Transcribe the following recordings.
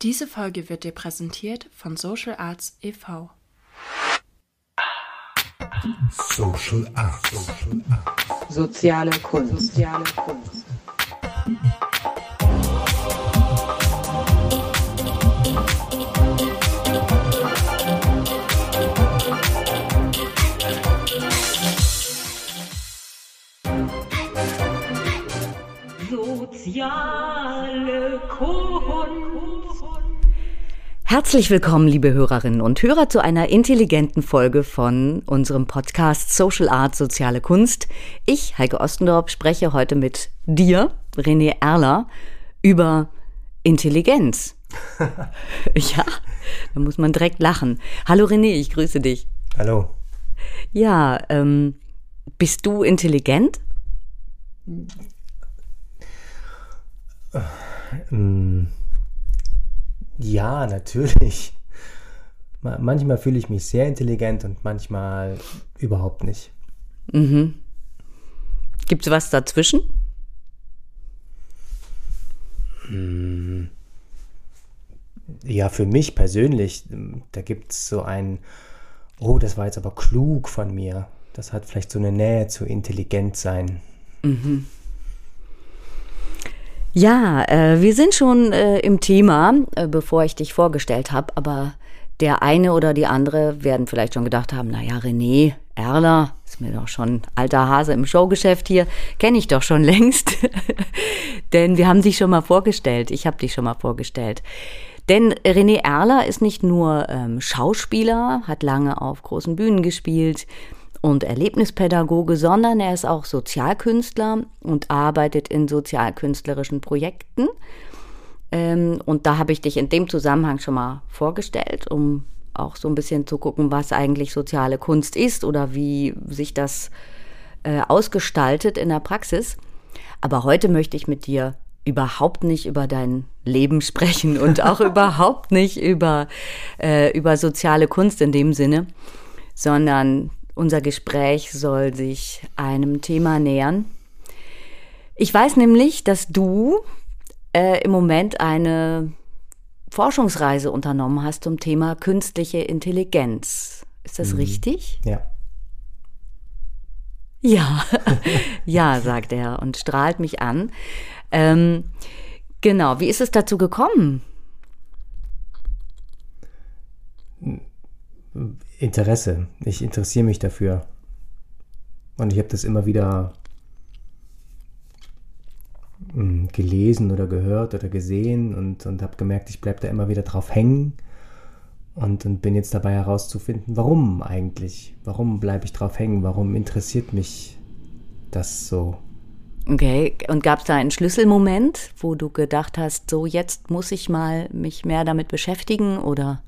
Diese Folge wird dir präsentiert von Social Arts e.V. Social Arts. Soziale Kunst. Soziale Kunst. Herzlich willkommen, liebe Hörerinnen und Hörer, zu einer intelligenten Folge von unserem Podcast Social Art, soziale Kunst. Ich, Heike Ostendorp, spreche heute mit dir, René Erler, über Intelligenz. Ja, da muss man direkt lachen. Hallo René, ich grüße dich. Hallo. Ja, bist du intelligent? Ja, natürlich. Manchmal fühle ich mich sehr intelligent und manchmal überhaupt nicht. Mhm. Gibt es was dazwischen? Ja, für mich persönlich, da gibt es so ein, oh, das war jetzt aber klug von mir. Das hat vielleicht so eine Nähe zu intelligent sein. Mhm. Ja, wir sind schon im Thema, bevor ich dich vorgestellt habe, aber der eine oder die andere werden vielleicht schon gedacht haben, naja, René Erler, ist mir doch schon alter Hase im Showgeschäft hier, kenne ich doch schon längst, denn wir haben dich schon mal vorgestellt, ich habe dich schon mal vorgestellt. Denn René Erler ist nicht nur Schauspieler, hat lange auf großen Bühnen gespielt und Erlebnispädagoge, sondern er ist auch Sozialkünstler und arbeitet in sozialkünstlerischen Projekten. Und da habe ich dich in dem Zusammenhang schon mal vorgestellt, um auch so ein bisschen zu gucken, was eigentlich soziale Kunst ist oder wie sich das ausgestaltet in der Praxis. Aber heute möchte ich mit dir überhaupt nicht über dein Leben sprechen und auch überhaupt nicht über soziale Kunst in dem Sinne, sondern unser Gespräch soll sich einem Thema nähern. Ich weiß nämlich, dass du im Moment eine Forschungsreise unternommen hast zum Thema künstliche Intelligenz. Ist das richtig? Ja. Ja, ja, sagt er und strahlt mich an. Genau, wie ist es dazu gekommen? Interesse. Ich interessiere mich dafür. Und ich habe das immer wieder gelesen oder gehört oder gesehen und habe gemerkt, ich bleibe da immer wieder drauf hängen und bin jetzt dabei herauszufinden, warum eigentlich? Warum bleibe ich drauf hängen? Warum interessiert mich das so? Okay, und gab es da einen Schlüsselmoment, wo du gedacht hast, so jetzt muss ich mal mich mehr damit beschäftigen oder?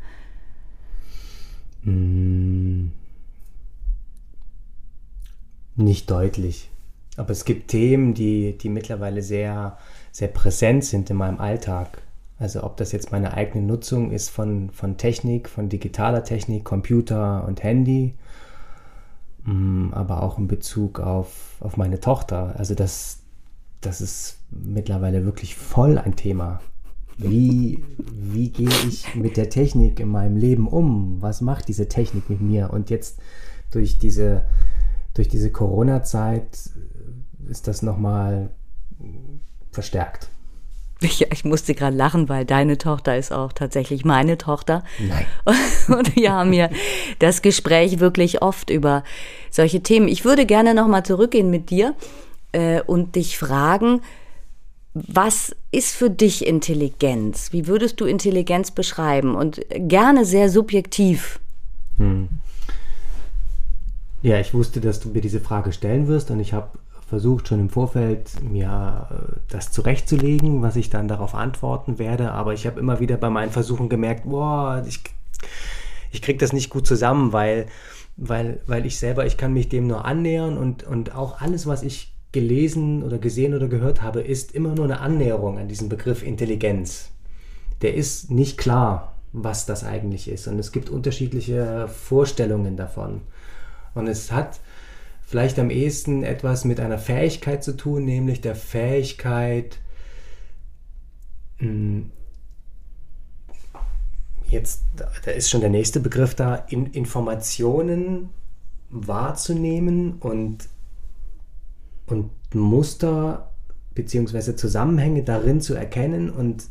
Nicht deutlich. Aber es gibt Themen, die mittlerweile sehr, sehr präsent sind in meinem Alltag. Also ob das jetzt meine eigene Nutzung ist von Technik, von digitaler Technik, Computer und Handy, aber auch in Bezug auf meine Tochter. Also das ist mittlerweile wirklich voll ein Thema. Wie gehe ich mit der Technik in meinem Leben um? Was macht diese Technik mit mir? Und jetzt durch diese Corona-Zeit ist das nochmal verstärkt. Ja, ich musste gerade lachen, weil deine Tochter ist auch tatsächlich meine Tochter. Nein. Und wir haben hier das Gespräch wirklich oft über solche Themen. Ich würde gerne nochmal zurückgehen mit dir und dich fragen, was ist für dich Intelligenz? Wie würdest du Intelligenz beschreiben? Und gerne sehr subjektiv. Ja, ich wusste, dass du mir diese Frage stellen wirst und ich habe versucht schon im Vorfeld mir das zurechtzulegen, was ich dann darauf antworten werde, aber ich habe immer wieder bei meinen Versuchen gemerkt, boah, ich kriege das nicht gut zusammen, weil ich kann mich dem nur annähern und auch alles, was ich gelesen oder gesehen oder gehört habe, ist immer nur eine Annäherung an diesen Begriff Intelligenz. Der ist nicht klar, was das eigentlich ist und es gibt unterschiedliche Vorstellungen davon. Und es hat vielleicht am ehesten etwas mit einer Fähigkeit zu tun, nämlich der Fähigkeit, jetzt, da ist schon der nächste Begriff da, Informationen wahrzunehmen und Muster bzw. Zusammenhänge darin zu erkennen und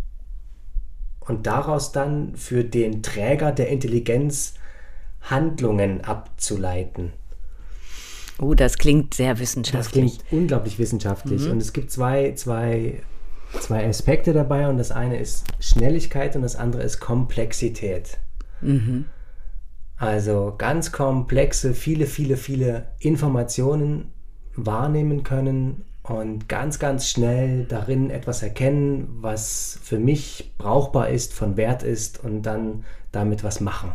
daraus dann für den Träger der Intelligenz Handlungen abzuleiten. Oh, das klingt sehr wissenschaftlich. Das klingt unglaublich wissenschaftlich. Und es gibt zwei Aspekte dabei, und das eine ist Schnelligkeit und das andere ist Komplexität. Also ganz komplexe, viele Informationen wahrnehmen können und ganz, ganz schnell darin etwas erkennen, was für mich brauchbar ist, von Wert ist, und dann damit was machen.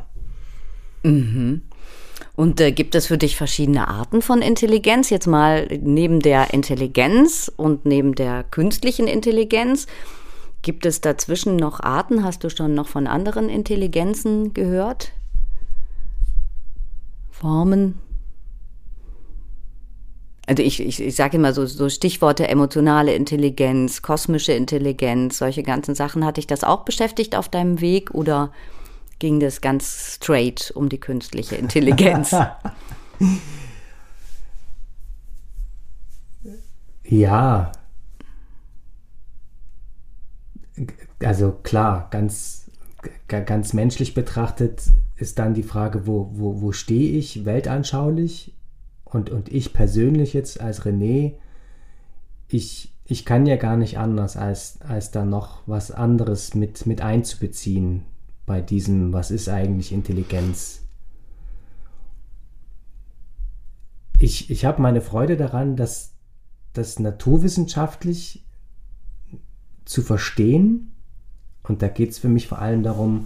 Und gibt es für dich verschiedene Arten von Intelligenz? Jetzt mal neben der Intelligenz und neben der künstlichen Intelligenz. Gibt es dazwischen noch Arten? Hast du schon noch von anderen Intelligenzen gehört? Formen? Also ich sage immer so Stichworte emotionale Intelligenz, kosmische Intelligenz, solche ganzen Sachen. Hat dich das auch beschäftigt auf deinem Weg oder ging das ganz straight um die künstliche Intelligenz? Ja, also klar, ganz menschlich betrachtet ist dann die Frage, wo stehe ich weltanschaulich? Und ich persönlich jetzt als René, ich kann ja gar nicht anders, als da noch was anderes mit einzubeziehen bei diesem, was ist eigentlich Intelligenz? Ich habe meine Freude daran, das naturwissenschaftlich zu verstehen, und da geht es für mich vor allem darum,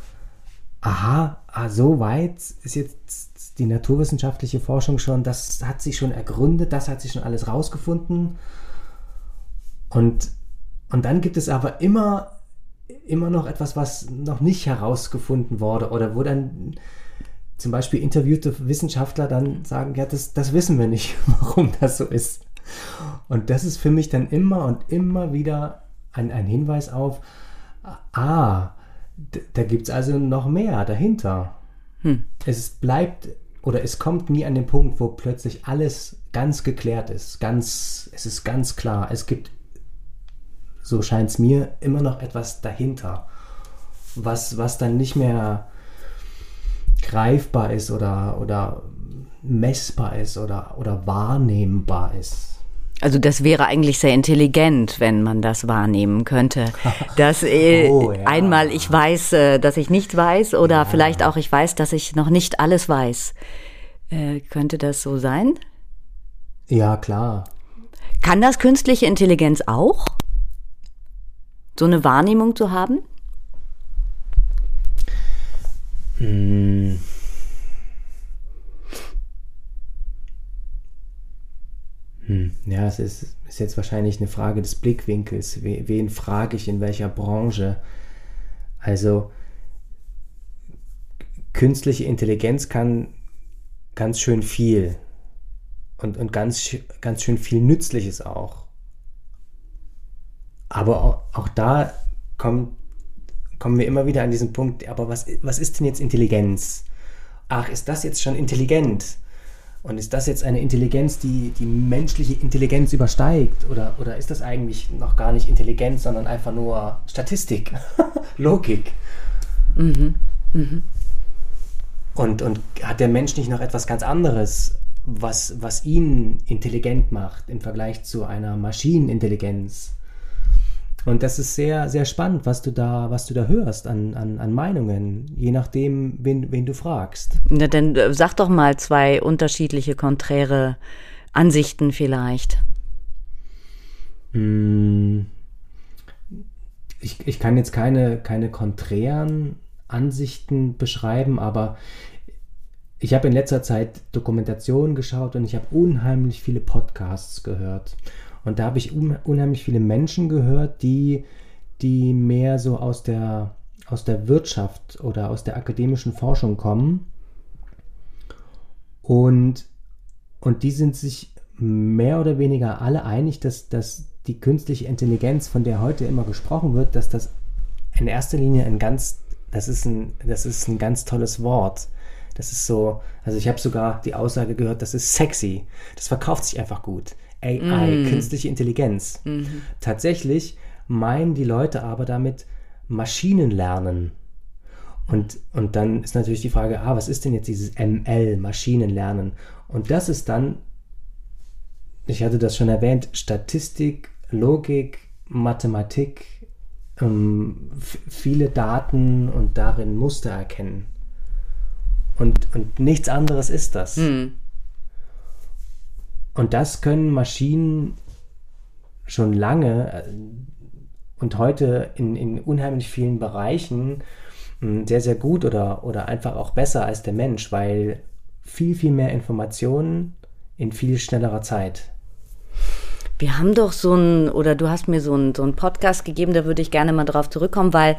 so weit ist jetzt die naturwissenschaftliche Forschung schon, das hat sich schon ergründet, das hat sich schon alles rausgefunden, und dann gibt es aber immer noch etwas, was noch nicht herausgefunden wurde, oder wo dann zum Beispiel interviewte Wissenschaftler dann sagen, ja, das wissen wir nicht, warum das so ist. Und das ist für mich dann immer und immer wieder ein Hinweis auf, da gibt es also noch mehr dahinter. Es bleibt, oder es kommt nie an den Punkt, wo plötzlich alles ganz geklärt ist. Es ist ganz klar. Es gibt, so scheint es mir, immer noch etwas dahinter, was dann nicht mehr greifbar ist oder messbar ist oder wahrnehmbar ist. Also das wäre eigentlich sehr intelligent, wenn man das wahrnehmen könnte. Dass einmal ich weiß, dass ich nichts weiß, oder vielleicht auch ich weiß, dass ich noch nicht alles weiß. Könnte das so sein? Ja, klar. Kann das künstliche Intelligenz auch? So eine Wahrnehmung zu haben? Ja, es ist jetzt wahrscheinlich eine Frage des Blickwinkels. Wen frage ich in welcher Branche? Also künstliche Intelligenz kann ganz schön viel und ganz schön viel Nützliches auch. Aber auch da kommen wir immer wieder an diesen Punkt, aber was ist denn jetzt Intelligenz? Ach, ist das jetzt schon intelligent? Und ist das jetzt eine Intelligenz, die menschliche Intelligenz übersteigt? Oder ist das eigentlich noch gar nicht Intelligenz, sondern einfach nur Statistik, Logik? Und hat der Mensch nicht noch etwas ganz anderes, was ihn intelligent macht im Vergleich zu einer Maschinenintelligenz? Und das ist sehr, sehr spannend, was du da hörst an Meinungen, je nachdem, wen du fragst. Na, dann sag doch mal 2 unterschiedliche, konträre Ansichten vielleicht. Ich kann jetzt keine konträren Ansichten beschreiben, aber ich habe in letzter Zeit Dokumentationen geschaut und ich habe unheimlich viele Podcasts gehört. Und da habe ich unheimlich viele Menschen gehört, die mehr so aus der Wirtschaft oder aus der akademischen Forschung kommen. Und die sind sich mehr oder weniger alle einig, dass die künstliche Intelligenz, von der heute immer gesprochen wird, dass das in erster Linie ein ganz das ist ein ganz tolles Wort. Das ist so, also ich habe sogar die Aussage gehört, das ist sexy. Das verkauft sich einfach gut. AI, künstliche Intelligenz. Tatsächlich meinen die Leute aber damit Maschinenlernen. Und dann ist natürlich die Frage, was ist denn jetzt dieses ML, Maschinenlernen? Und das ist dann, ich hatte das schon erwähnt, Statistik, Logik, Mathematik, viele Daten und darin Muster erkennen. Und nichts anderes ist das. Und das können Maschinen schon lange und heute in unheimlich vielen Bereichen sehr, sehr gut oder einfach auch besser als der Mensch, weil viel, viel mehr Informationen in viel schnellerer Zeit. Wir haben doch du hast mir so einen Podcast gegeben, da würde ich gerne mal drauf zurückkommen, weil,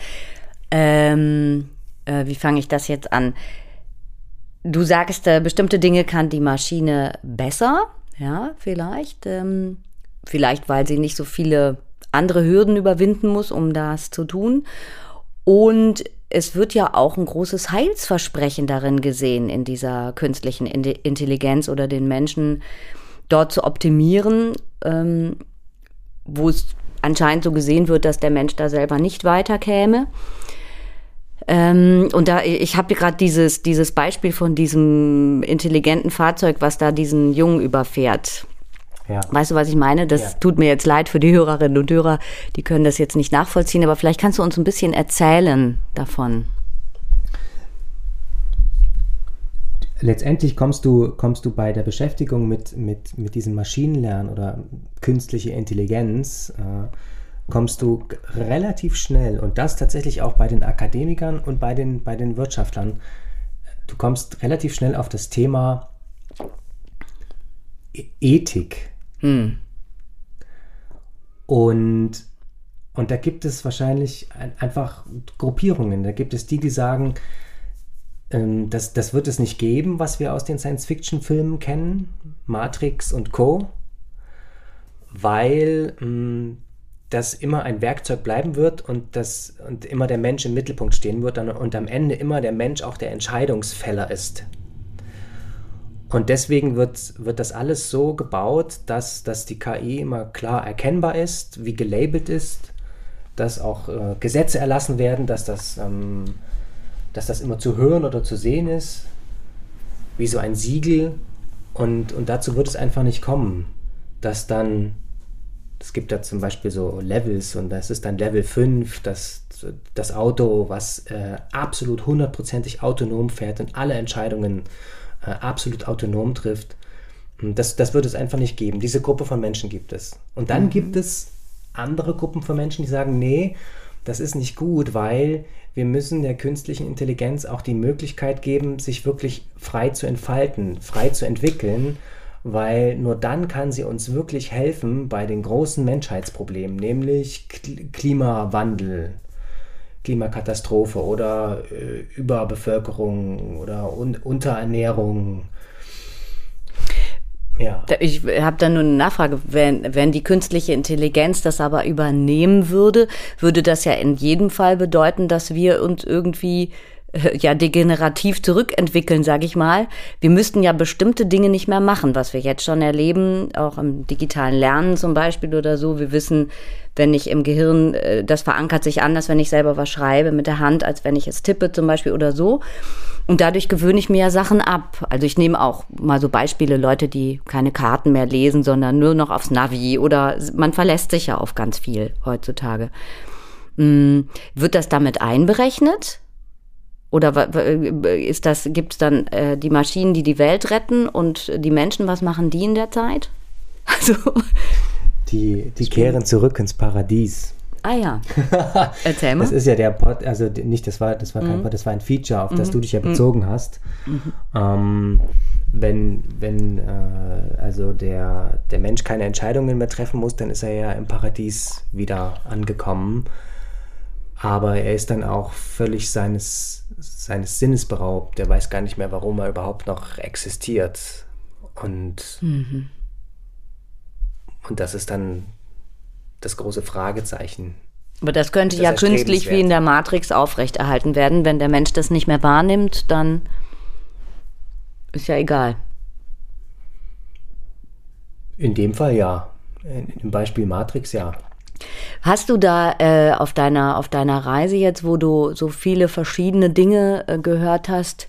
wie fange ich das jetzt an? Du sagst, bestimmte Dinge kann die Maschine besser, ja, vielleicht, weil sie nicht so viele andere Hürden überwinden muss, um das zu tun. Und es wird ja auch ein großes Heilsversprechen darin gesehen, in dieser künstlichen Intelligenz oder den Menschen dort zu optimieren, wo es anscheinend so gesehen wird, dass der Mensch da selber nicht weiterkäme. Und ich habe gerade dieses Beispiel von diesem intelligenten Fahrzeug, was da diesen Jungen überfährt. Ja. Weißt du, was ich meine? Das tut mir jetzt leid für die Hörerinnen und Hörer, die können das jetzt nicht nachvollziehen, aber vielleicht kannst du uns ein bisschen erzählen davon. Letztendlich kommst du bei der Beschäftigung mit diesem Maschinenlernen oder künstliche Intelligenz, kommst du relativ schnell, und das tatsächlich auch bei den Akademikern und bei den Wirtschaftlern, du kommst relativ schnell auf das Thema Ethik. Und da gibt es wahrscheinlich einfach Gruppierungen. Da gibt es die sagen, das wird es nicht geben, was wir aus den Science-Fiction-Filmen kennen, Matrix und Co., weil das immer ein Werkzeug bleiben wird und immer der Mensch im Mittelpunkt stehen wird und am Ende immer der Mensch auch der Entscheidungsfäller ist. Und deswegen wird das alles so gebaut, dass die KI immer klar erkennbar ist, wie gelabelt ist, dass auch Gesetze erlassen werden, dass das immer zu hören oder zu sehen ist, wie so ein Siegel. Und dazu wird es einfach nicht kommen, dass dann, es gibt da zum Beispiel so Levels und das ist dann Level 5, das Auto, was absolut 100%ig autonom fährt und alle Entscheidungen absolut autonom trifft. Das wird es einfach nicht geben. Diese Gruppe von Menschen gibt es. Und dann gibt es andere Gruppen von Menschen, die sagen, nee, das ist nicht gut, weil wir müssen der künstlichen Intelligenz auch die Möglichkeit geben, sich wirklich frei zu entfalten, frei zu entwickeln, weil nur dann kann sie uns wirklich helfen bei den großen Menschheitsproblemen, nämlich Klimawandel, Klimakatastrophe oder Überbevölkerung oder Unterernährung. Ja. Ich habe da nur eine Nachfrage. Wenn die künstliche Intelligenz das aber übernehmen würde das ja in jedem Fall bedeuten, dass wir uns irgendwie degenerativ zurückentwickeln, sage ich mal. Wir müssten ja bestimmte Dinge nicht mehr machen, was wir jetzt schon erleben, auch im digitalen Lernen zum Beispiel oder so. Wir wissen, wenn ich im Gehirn, das verankert sich anders, wenn ich selber was schreibe mit der Hand, als wenn ich es tippe zum Beispiel oder so. Und dadurch gewöhne ich mir ja Sachen ab. Also ich nehme auch mal so Beispiele, Leute, die keine Karten mehr lesen, sondern nur noch aufs Navi, oder man verlässt sich ja auf ganz viel heutzutage. Wird das damit einberechnet? Oder gibt es dann die Maschinen, die Welt retten, und die Menschen, was machen die in der Zeit? Also die kehren zurück ins Paradies. Ah ja. Erzähl mal. Das ist ja der Pod, also nicht, das war kein Pod, das war ein Feature, auf das du dich ja bezogen hast. Wenn also der Mensch keine Entscheidungen mehr treffen muss, dann ist er ja im Paradies wieder angekommen. Aber er ist dann auch völlig seines Sinnes beraubt. Er weiß gar nicht mehr, warum er überhaupt noch existiert. Und das ist dann das große Fragezeichen. Aber das könnte ja künstlich wie in der Matrix aufrechterhalten werden. Wenn der Mensch das nicht mehr wahrnimmt, dann ist ja egal. In dem Fall ja. Im Beispiel Matrix ja. Hast du da auf deiner Reise jetzt, wo du so viele verschiedene Dinge gehört hast,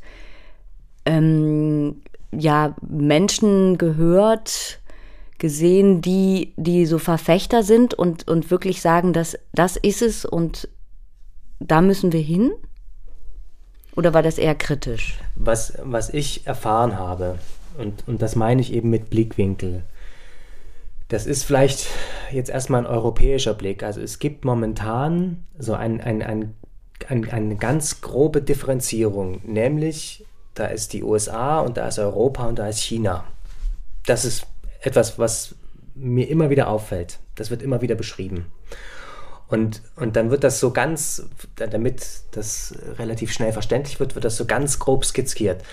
Menschen gehört, gesehen, die so Verfechter sind und wirklich sagen, das ist es und da müssen wir hin? Oder war das eher kritisch? Was ich erfahren habe, und das meine ich eben mit Blickwinkel, das ist vielleicht jetzt erstmal ein europäischer Blick. Also es gibt momentan so eine ganz grobe Differenzierung, nämlich da ist die USA und da ist Europa und da ist China. Das ist etwas, was mir immer wieder auffällt. Das wird immer wieder beschrieben. Und dann wird das so ganz, damit das relativ schnell verständlich wird das so ganz grob skizziert.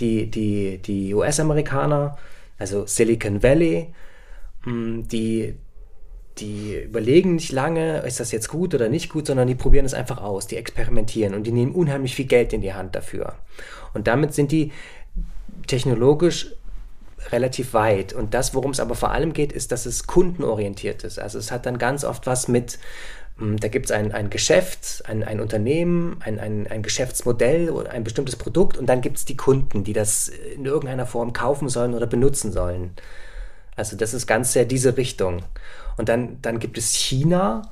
Die US-Amerikaner, also Silicon Valley, die überlegen nicht lange, ist das jetzt gut oder nicht gut, sondern die probieren es einfach aus, die experimentieren und die nehmen unheimlich viel Geld in die Hand dafür. Und damit sind die technologisch relativ weit. Und das, worum es aber vor allem geht, ist, dass es kundenorientiert ist. Also es hat dann ganz oft was mit, da gibt es ein Geschäft, ein Unternehmen, ein Geschäftsmodell oder ein bestimmtes Produkt und dann gibt es die Kunden, die das in irgendeiner Form kaufen sollen oder benutzen sollen. Also das ist ganz sehr diese Richtung. Und dann gibt es China,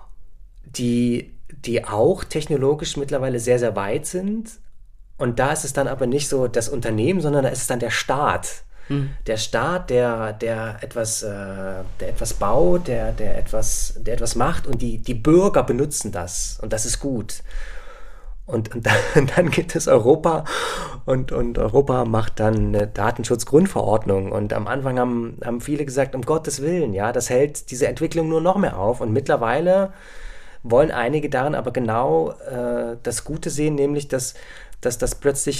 die auch technologisch mittlerweile sehr, sehr weit sind. Und da ist es dann aber nicht so das Unternehmen, sondern da ist es dann der Staat. Der Staat, der etwas baut, der etwas macht und die Bürger benutzen das und das ist gut. Und dann gibt es Europa und Europa macht dann eine Datenschutzgrundverordnung und am Anfang haben viele gesagt, um Gottes Willen, ja, das hält diese Entwicklung nur noch mehr auf und mittlerweile wollen einige darin aber genau das Gute sehen, nämlich dass das plötzlich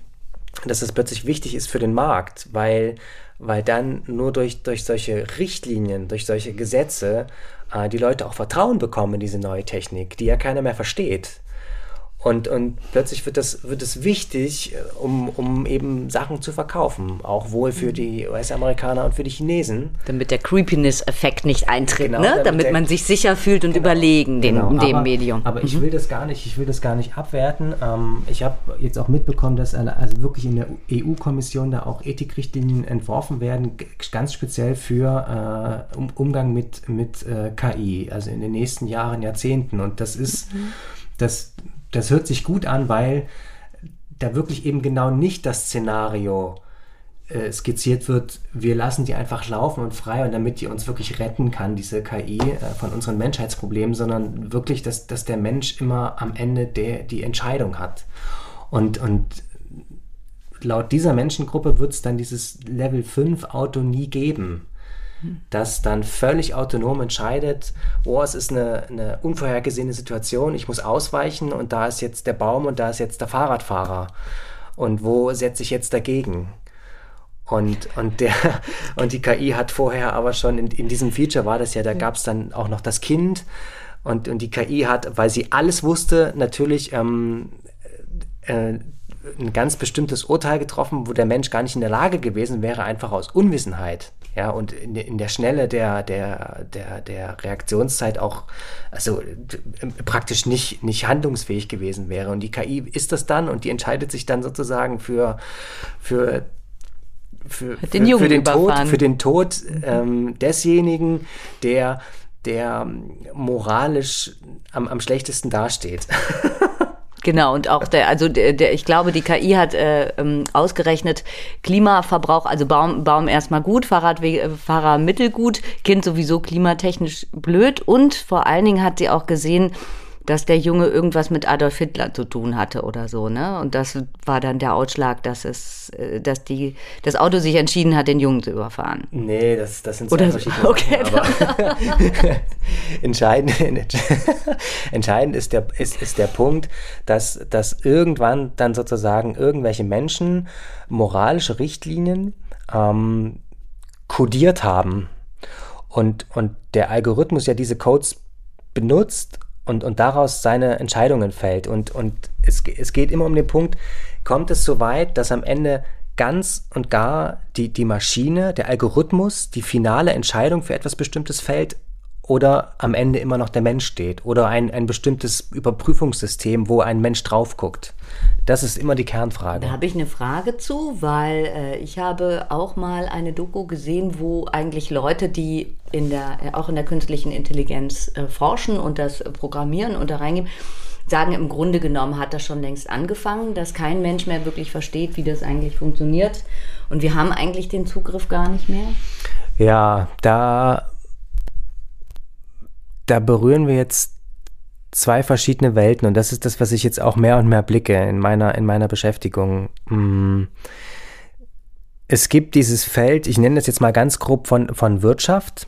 wichtig ist für den Markt, weil dann nur durch solche Richtlinien, durch solche Gesetze die Leute auch Vertrauen bekommen in diese neue Technik, die ja keiner mehr versteht. Und plötzlich wird es wichtig, um eben Sachen zu verkaufen, auch wohl für die US-Amerikaner und für die Chinesen. Damit der Creepiness-Effekt nicht eintritt, genau, ne? Damit man sich sicher fühlt und überlegen dem Medium. Aber ich will das gar nicht abwerten. Ich habe jetzt auch mitbekommen, dass also wirklich in der EU-Kommission da auch Ethikrichtlinien entworfen werden, ganz speziell für Umgang mit KI, also in den nächsten Jahren, Jahrzehnten. Und das ist das hört sich gut an, weil da wirklich eben genau nicht das Szenario skizziert wird, wir lassen die einfach laufen und frei und damit die uns wirklich retten kann, diese KI, von unseren Menschheitsproblemen, sondern wirklich, dass der Mensch immer am Ende die Entscheidung hat. Und laut dieser Menschengruppe wird es dann dieses Level 5 Auto nie geben, das dann völlig autonom entscheidet, es ist eine unvorhergesehene Situation, ich muss ausweichen und da ist jetzt der Baum und da ist jetzt der Fahrradfahrer und wo setze ich jetzt dagegen? Und die KI hat vorher aber schon, in diesem Feature war das ja, da gab es dann auch noch das Kind und die KI hat, weil sie alles wusste, natürlich ein ganz bestimmtes Urteil getroffen, wo der Mensch gar nicht in der Lage gewesen wäre, einfach aus Unwissenheit. Ja, und in der Schnelle der Reaktionszeit auch, also praktisch nicht handlungsfähig gewesen wäre. Und die KI ist das dann und die entscheidet sich dann sozusagen für den Tod desjenigen, der moralisch am schlechtesten dasteht. Genau, und auch ich glaube, die KI hat ausgerechnet, Klimaverbrauch, also Baum erstmal gut, Fahrer mittelgut, Kind sowieso klimatechnisch blöd und vor allen Dingen hat sie auch gesehen, dass der Junge irgendwas mit Adolf Hitler zu tun hatte oder so, ne? Und das war dann der Ausschlag, dass das Auto sich entschieden hat, den Jungen zu überfahren. Nee, das sind zwei verschiedene okay, Sachen, aber entscheidend ist der Punkt, dass irgendwann dann sozusagen irgendwelche Menschen moralische Richtlinien kodiert haben und der Algorithmus ja diese Codes benutzt, und daraus seine Entscheidungen fällt. Und es geht immer um den Punkt, kommt es so weit, dass am Ende ganz und gar die Maschine, der Algorithmus, die finale Entscheidung für etwas Bestimmtes fällt oder am Ende immer noch der Mensch steht oder ein bestimmtes Überprüfungssystem, wo ein Mensch drauf guckt. Das ist immer die Kernfrage. Da habe ich eine Frage zu, weil ich habe auch mal eine Doku gesehen, wo eigentlich Leute, die auch in der künstlichen Intelligenz forschen und das programmieren und da reingehen, sagen, im Grunde genommen hat das schon längst angefangen, dass kein Mensch mehr wirklich versteht, wie das eigentlich funktioniert. Und wir haben eigentlich den Zugriff gar nicht mehr. Ja, da berühren wir jetzt zwei verschiedene Welten und das ist das, was ich jetzt auch mehr und mehr blicke in meiner Beschäftigung. Es gibt dieses Feld, ich nenne das jetzt mal ganz grob von Wirtschaft.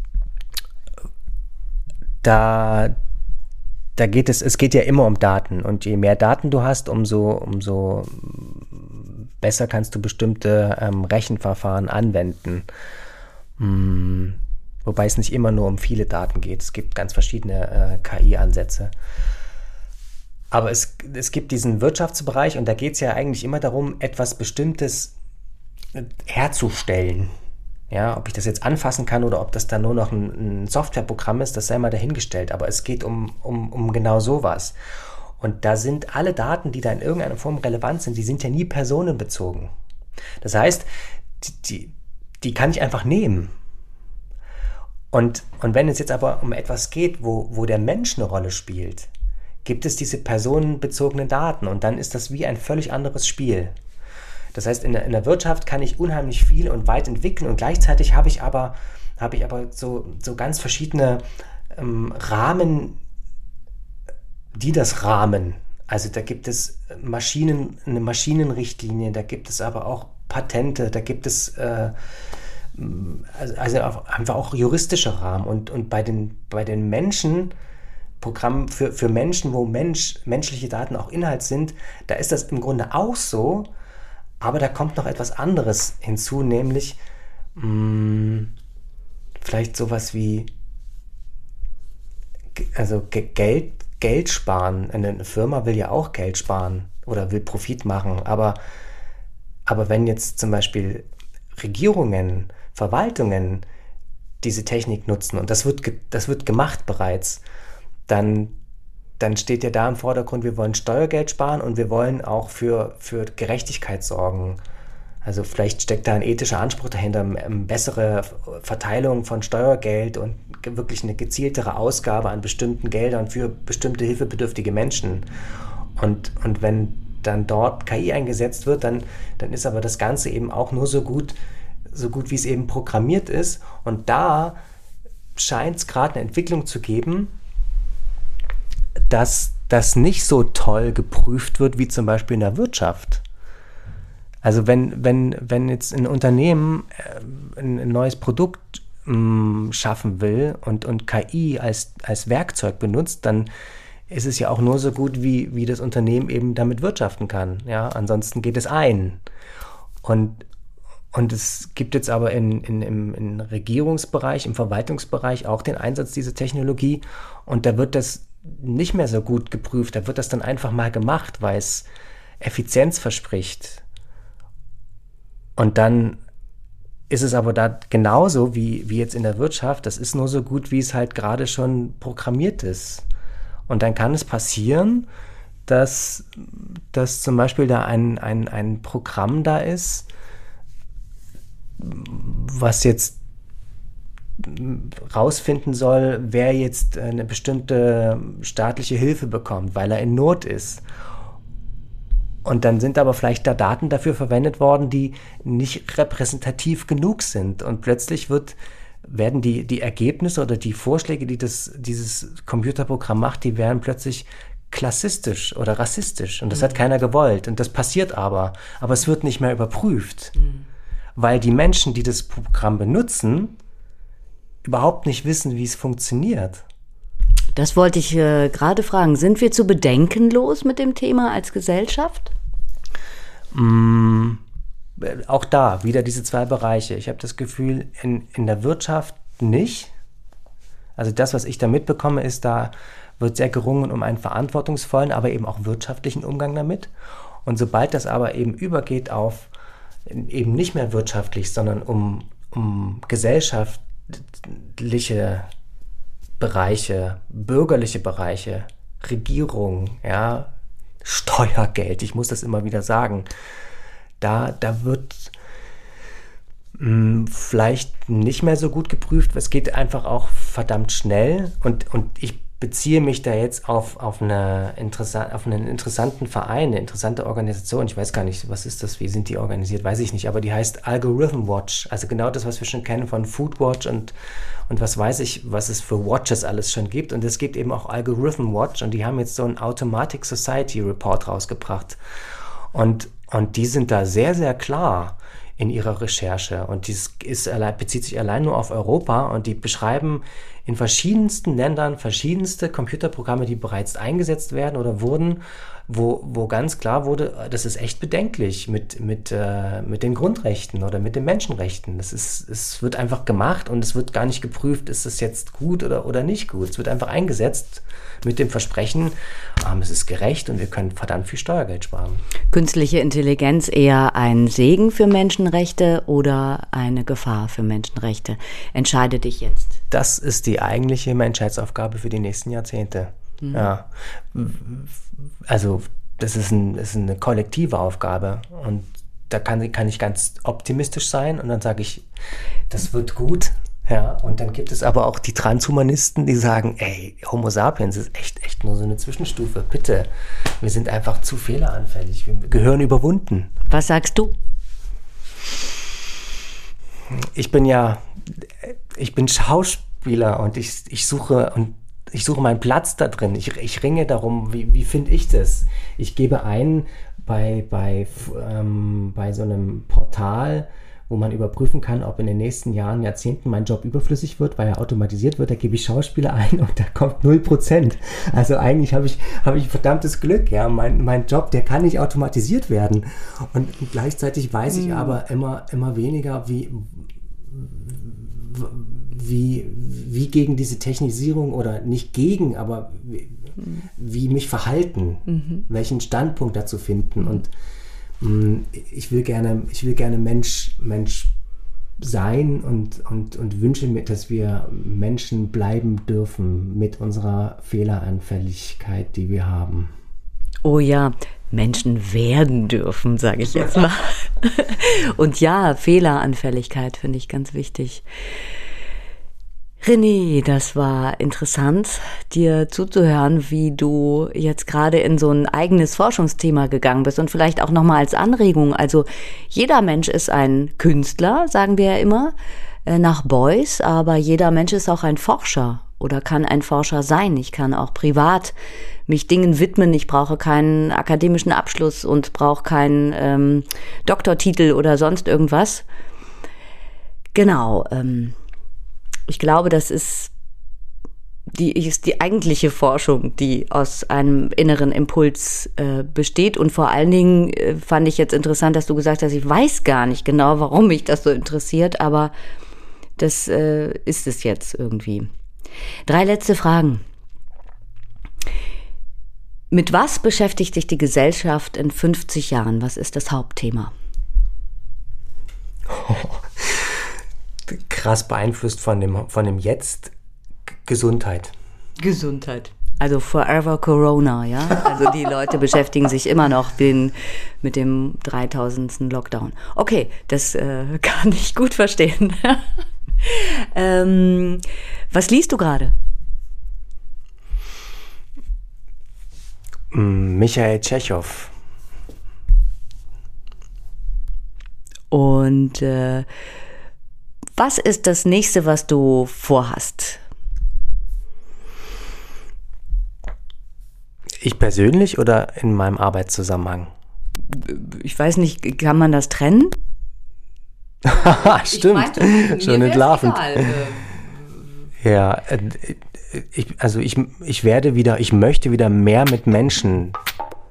Es geht ja immer um Daten und je mehr Daten du hast, umso besser kannst du bestimmte Rechenverfahren anwenden. Wobei es nicht immer nur um viele Daten geht. Es gibt ganz verschiedene KI-Ansätze. Aber es gibt diesen Wirtschaftsbereich und da geht es ja eigentlich immer darum, etwas Bestimmtes herzustellen. Ja, ob ich das jetzt anfassen kann oder ob das dann nur noch ein Softwareprogramm ist, das sei mal dahingestellt. Aber es geht um genau sowas. Und da sind alle Daten, die da in irgendeiner Form relevant sind, die sind ja nie personenbezogen. Das heißt, die kann ich einfach nehmen. Und wenn es jetzt aber um etwas geht, wo der Mensch eine Rolle spielt, gibt es diese personenbezogenen Daten und dann ist das wie ein völlig anderes Spiel. Das heißt, in der Wirtschaft kann ich unheimlich viel und weit entwickeln und gleichzeitig habe ich aber so ganz verschiedene Rahmen, die das rahmen. Also da gibt es eine Maschinenrichtlinie, da gibt es aber auch Patente, da gibt es also einfach auch juristische Rahmen und bei den Menschen, Programmen für Menschen, wo menschliche Daten auch Inhalt sind, da ist das im Grunde auch so, aber da kommt noch etwas anderes hinzu, nämlich vielleicht sowas wie Geld sparen. Eine Firma will ja auch Geld sparen oder will Profit machen, aber wenn jetzt zum Beispiel Regierungen, Verwaltungen diese Technik nutzen und das wird gemacht bereits, dann steht ja da im Vordergrund, wir wollen Steuergeld sparen und wir wollen auch für Gerechtigkeit sorgen. Also vielleicht steckt da ein ethischer Anspruch dahinter, bessere Verteilung von Steuergeld und wirklich eine gezieltere Ausgabe an bestimmten Geldern für bestimmte hilfebedürftige Menschen. Und wenn dann dort KI eingesetzt wird, dann ist aber das Ganze eben auch nur so gut wie es eben programmiert ist. Und da scheint es gerade eine Entwicklung zu geben, dass das nicht so toll geprüft wird wie zum Beispiel in der Wirtschaft. Also wenn jetzt ein Unternehmen ein neues Produkt schaffen will und KI als Werkzeug benutzt, dann ist es ja auch nur so gut, wie das Unternehmen eben damit wirtschaften kann. Ja? Ansonsten geht es ein. Und es gibt jetzt aber im Regierungsbereich, im Verwaltungsbereich auch den Einsatz dieser Technologie und da wird das nicht mehr so gut geprüft, da wird das dann einfach mal gemacht, weil es Effizienz verspricht. Und dann ist es aber da genauso wie jetzt in der Wirtschaft, das ist nur so gut, wie es halt gerade schon programmiert ist. Und dann kann es passieren, dass zum Beispiel da ein Programm da ist, was jetzt rausfinden soll, wer jetzt eine bestimmte staatliche Hilfe bekommt, weil er in Not ist. Und dann sind aber vielleicht da Daten dafür verwendet worden, die nicht repräsentativ genug sind. Und plötzlich werden die Ergebnisse oder die Vorschläge, die dieses Computerprogramm macht, die werden plötzlich klassistisch oder rassistisch. Und das hat keiner gewollt. Und das passiert aber es wird nicht mehr überprüft. Weil die Menschen, die das Programm benutzen, überhaupt nicht wissen, wie es funktioniert. Das wollte ich gerade fragen. Sind wir zu bedenkenlos mit dem Thema als Gesellschaft? Auch da wieder diese zwei Bereiche. Ich habe das Gefühl, in der Wirtschaft nicht. Also das, was ich da mitbekomme, ist, da wird sehr gerungen um einen verantwortungsvollen, aber eben auch wirtschaftlichen Umgang damit. Und sobald das aber eben übergeht auf eben nicht mehr wirtschaftlich, sondern um gesellschaftliche Bereiche, bürgerliche Bereiche, Regierung, ja, Steuergeld, ich muss das immer wieder sagen, da wird vielleicht nicht mehr so gut geprüft. Es geht einfach auch verdammt schnell und ich beziehe mich da jetzt auf einen interessanten Verein, eine interessante Organisation. Ich weiß gar nicht, was ist das, wie sind die organisiert, weiß ich nicht, aber die heißt Algorithm Watch. Also genau das, was wir schon kennen von Food Watch und was weiß ich, was es für Watches alles schon gibt. Und es gibt eben auch Algorithm Watch und die haben jetzt so einen Automatic Society Report rausgebracht. Und die sind da sehr, sehr klar in ihrer Recherche und dies bezieht sich allein nur auf Europa und die beschreiben in verschiedensten Ländern verschiedenste Computerprogramme, die bereits eingesetzt werden oder wurden, wo ganz klar wurde, das ist echt bedenklich mit den Grundrechten oder mit den Menschenrechten. Es wird einfach gemacht und es wird gar nicht geprüft, ist es jetzt gut oder nicht gut. Es wird einfach eingesetzt mit dem Versprechen, es ist gerecht und wir können verdammt viel Steuergeld sparen. Künstliche Intelligenz eher ein Segen für Menschenrechte oder eine Gefahr für Menschenrechte? Entscheide dich jetzt. Das ist die eigentliche Menschheitsaufgabe für die nächsten Jahrzehnte. Mhm. Ja. Also das ist eine kollektive Aufgabe und da kann ich ganz optimistisch sein und dann sage ich, das wird gut. Ja, und dann gibt es aber auch die Transhumanisten, die sagen, ey, Homo sapiens ist echt nur so eine Zwischenstufe. Bitte, wir sind einfach zu fehleranfällig. Wir gehören überwunden. Was sagst du? Ich bin Schauspieler und ich suche meinen Platz da drin. Ich ringe darum, wie finde ich das? Ich gebe ein bei so einem Portal, wo man überprüfen kann, ob in den nächsten Jahren, Jahrzehnten mein Job überflüssig wird, weil er automatisiert wird, da gebe ich Schauspieler ein und da kommt 0%. Also eigentlich habe ich verdammtes Glück, ja, mein Job, der kann nicht automatisiert werden. Und gleichzeitig weiß ich aber immer weniger, wie gegen diese Technisierung oder nicht gegen, aber wie mich verhalten, welchen Standpunkt dazu finden und ich will gerne Mensch sein und wünsche mir, dass wir Menschen bleiben dürfen mit unserer Fehleranfälligkeit, die wir haben. Oh ja, Menschen werden dürfen, sage ich jetzt mal. Und ja, Fehleranfälligkeit finde ich ganz wichtig. René, das war interessant, dir zuzuhören, wie du jetzt gerade in so ein eigenes Forschungsthema gegangen bist und vielleicht auch nochmal als Anregung. Also jeder Mensch ist ein Künstler, sagen wir ja immer, nach Beuys, aber jeder Mensch ist auch ein Forscher oder kann ein Forscher sein. Ich kann auch privat mich Dingen widmen. Ich brauche keinen akademischen Abschluss und brauche keinen Doktortitel oder sonst irgendwas. Genau, ich glaube, das ist die eigentliche Forschung, die aus einem inneren Impuls besteht. Und vor allen Dingen fand ich jetzt interessant, dass du gesagt hast, ich weiß gar nicht genau, warum mich das so interessiert, aber das ist es jetzt irgendwie. 3 letzte Fragen. Mit was beschäftigt sich die Gesellschaft in 50 Jahren? Was ist das Hauptthema? Krass beeinflusst von dem Jetzt Gesundheit. Gesundheit. Also forever Corona, ja? Also die Leute beschäftigen sich immer noch mit dem 3000. Lockdown. Okay, das kann ich gut verstehen. Was liest du gerade? Michael Tschechow. Und was ist das nächste, was du vorhast? Ich persönlich oder in meinem Arbeitszusammenhang? Ich weiß nicht, kann man das trennen? Stimmt, schon entlarvend. Ja, ich möchte wieder mehr mit Menschen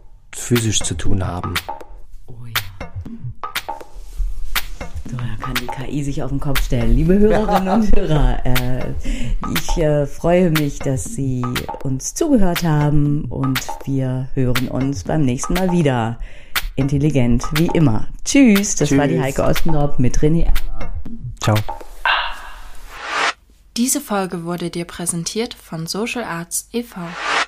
physisch zu tun haben. Oh ja. So, da kann die KI sich auf den Kopf stellen. Liebe Hörerinnen und Hörer, ich freue mich, dass Sie uns zugehört haben und wir hören uns beim nächsten Mal wieder. Intelligent wie immer. Tschüss, das war die Heike Ostendorp mit René Erler. Ciao. Diese Folge wurde dir präsentiert von Social Arts e.V.